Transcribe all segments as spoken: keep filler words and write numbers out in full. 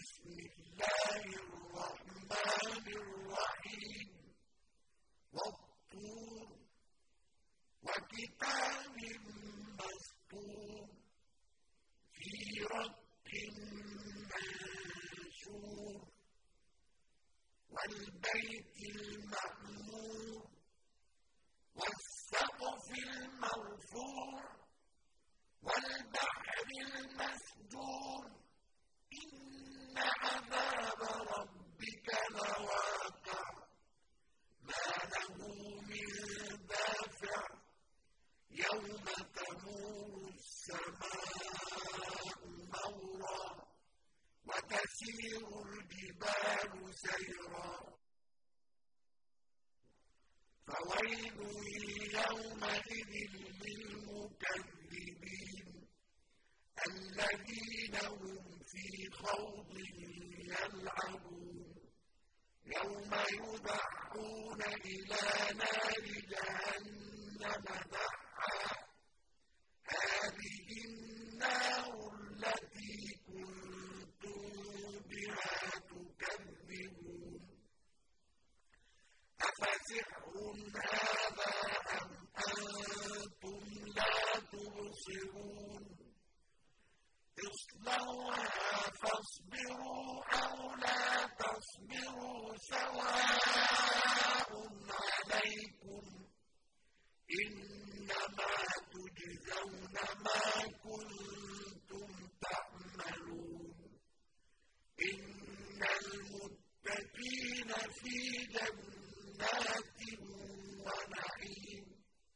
بسم الله الرحمن الرحيم والطور وكتاب مسطور في رق منشور والبيت المعمور والسقف المرفوع والبحر المسجور إن عذاب ربك لواقع ما له من دافع يوم تمور السماء مورا وتسير الجبال سيرا فويل يومئذ للمكذبين الذين هم في خوض يلعبون يوم يدعون إلى نار جهنم دعا هذه النار التي كنتم بها تكذبون أفسحر هذا أم أنتم لا تبصرون اصلوها فاصبروا أو لا تصبروا سواء عليكم إنما تجزون ما كنتم تعملون إن المتقين في جنات ونعيم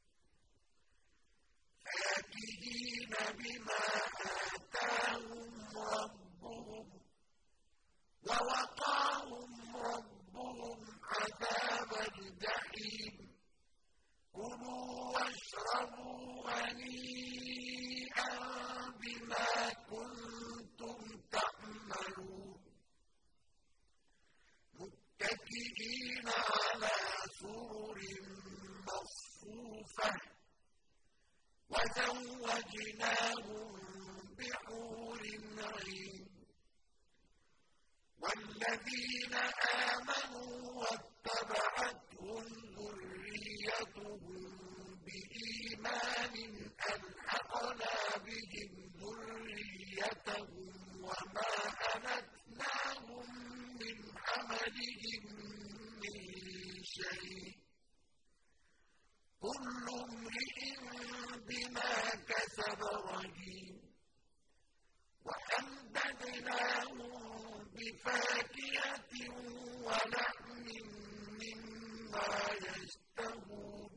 فاكهين بما آتاهم ربهم ووقاهم ربهم عذاب الجحيم كلوا واشربوا هنيئا بما كنتم تعملون متكئين على سرر مصفوفة وزوجناهم بحور عين والذين آمنوا واتبعتهم ذريتهم بإيمان ألحقنا بهم ذريتهم وما ألتناهم من عملهم من شيء كل امرئ بما كسب رهين وأمددناهم بفاكهة ولحم مما يشتهون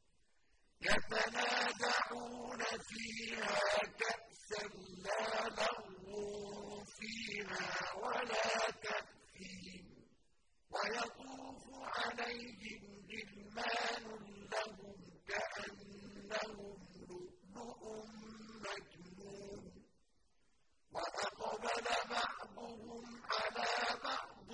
يتنازعون فيها كأسا لا لغو فيها ولا تأثيم ويطوف عليهم غلمان لهم كأنهم لؤلؤ مكنون وأقبل بعضهم على بعض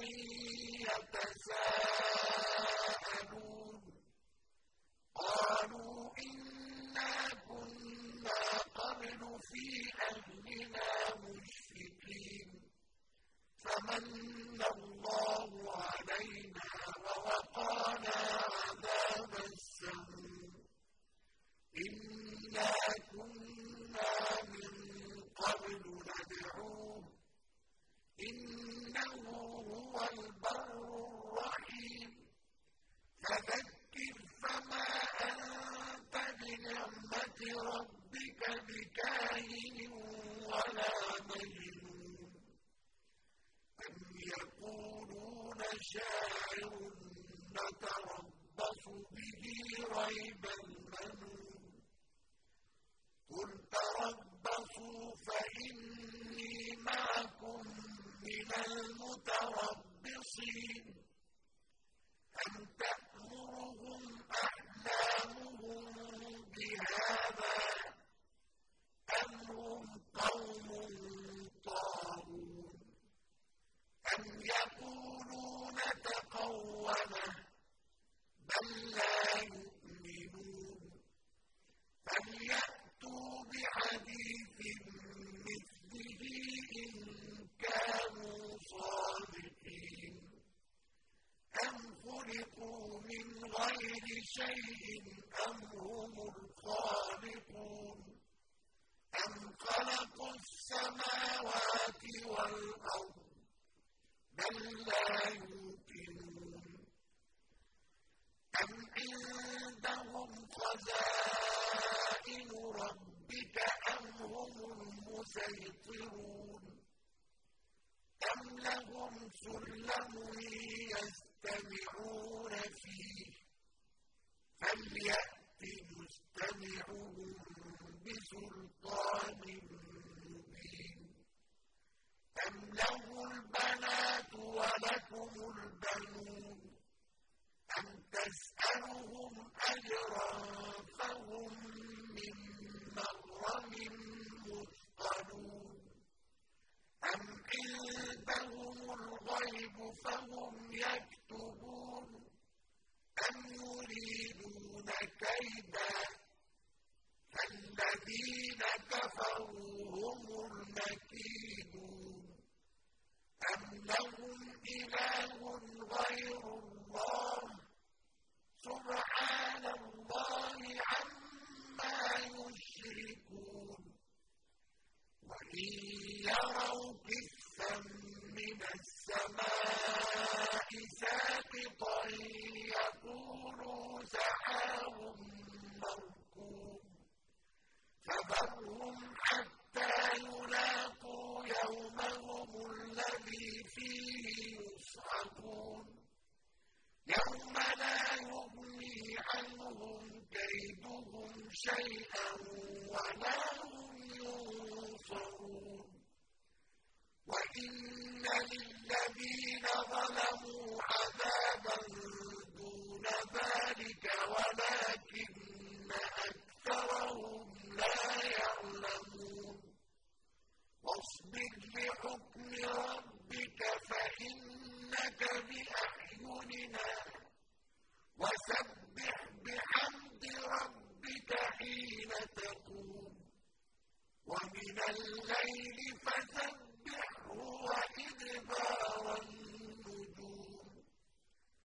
يتساءلون قالوا إنا كنا قبل في أهلنا مشفقين فمن الله علينا ووقانا عذاب السموم إنا كنا من قبل ندعوه إنه هو البر الرحيم فذكر فما أنت بنعمة ربك بكاهن ولا مجنون أم يقولون شاعر نتربص به ريب المنون قل تربصوا فإني معكم من المتربصين أم تأمرهم أحلامهم بهذا أم هم قوم طاغون أم يقولون تقوله بل لا يؤمنون فليأتوا بحديث مثله إن كانوا شيء أم هم الخالقون أم خلقوا السماوات والأرض بل لا يوقنون أم عندهم خزائن ربك أم هم المسيطرون أم لهم سلم يستمعون فيه فليأت مستمعهم بسلطان مبين أم له البنات ولكم البنون أم تسألهم أجرا فهم من مغرم مثقلون أم عندهم الغيب فهم يكتبون أم يريدون كيدا فالذين كفروا هم المكيدون أم لهم إله غير الله سبحان الله عما يشركون وإن يروا كسفا من السماء ساقطا يقولوا سحاب مركوب فذرهم حتى يلاقوا يومهم الذي فيه يصعقون يوم لا يغني عنهم كيدهم شيئا ولا هم ينصرون وإن للذين ظلموا عذابا دون ذلك ولكن أكثرهم لا يعلمون واصبر لحكم ربك فإنك بأعيننا وسبح بحمد ربك حين تقوم ومن الليل فسبحه وإدبار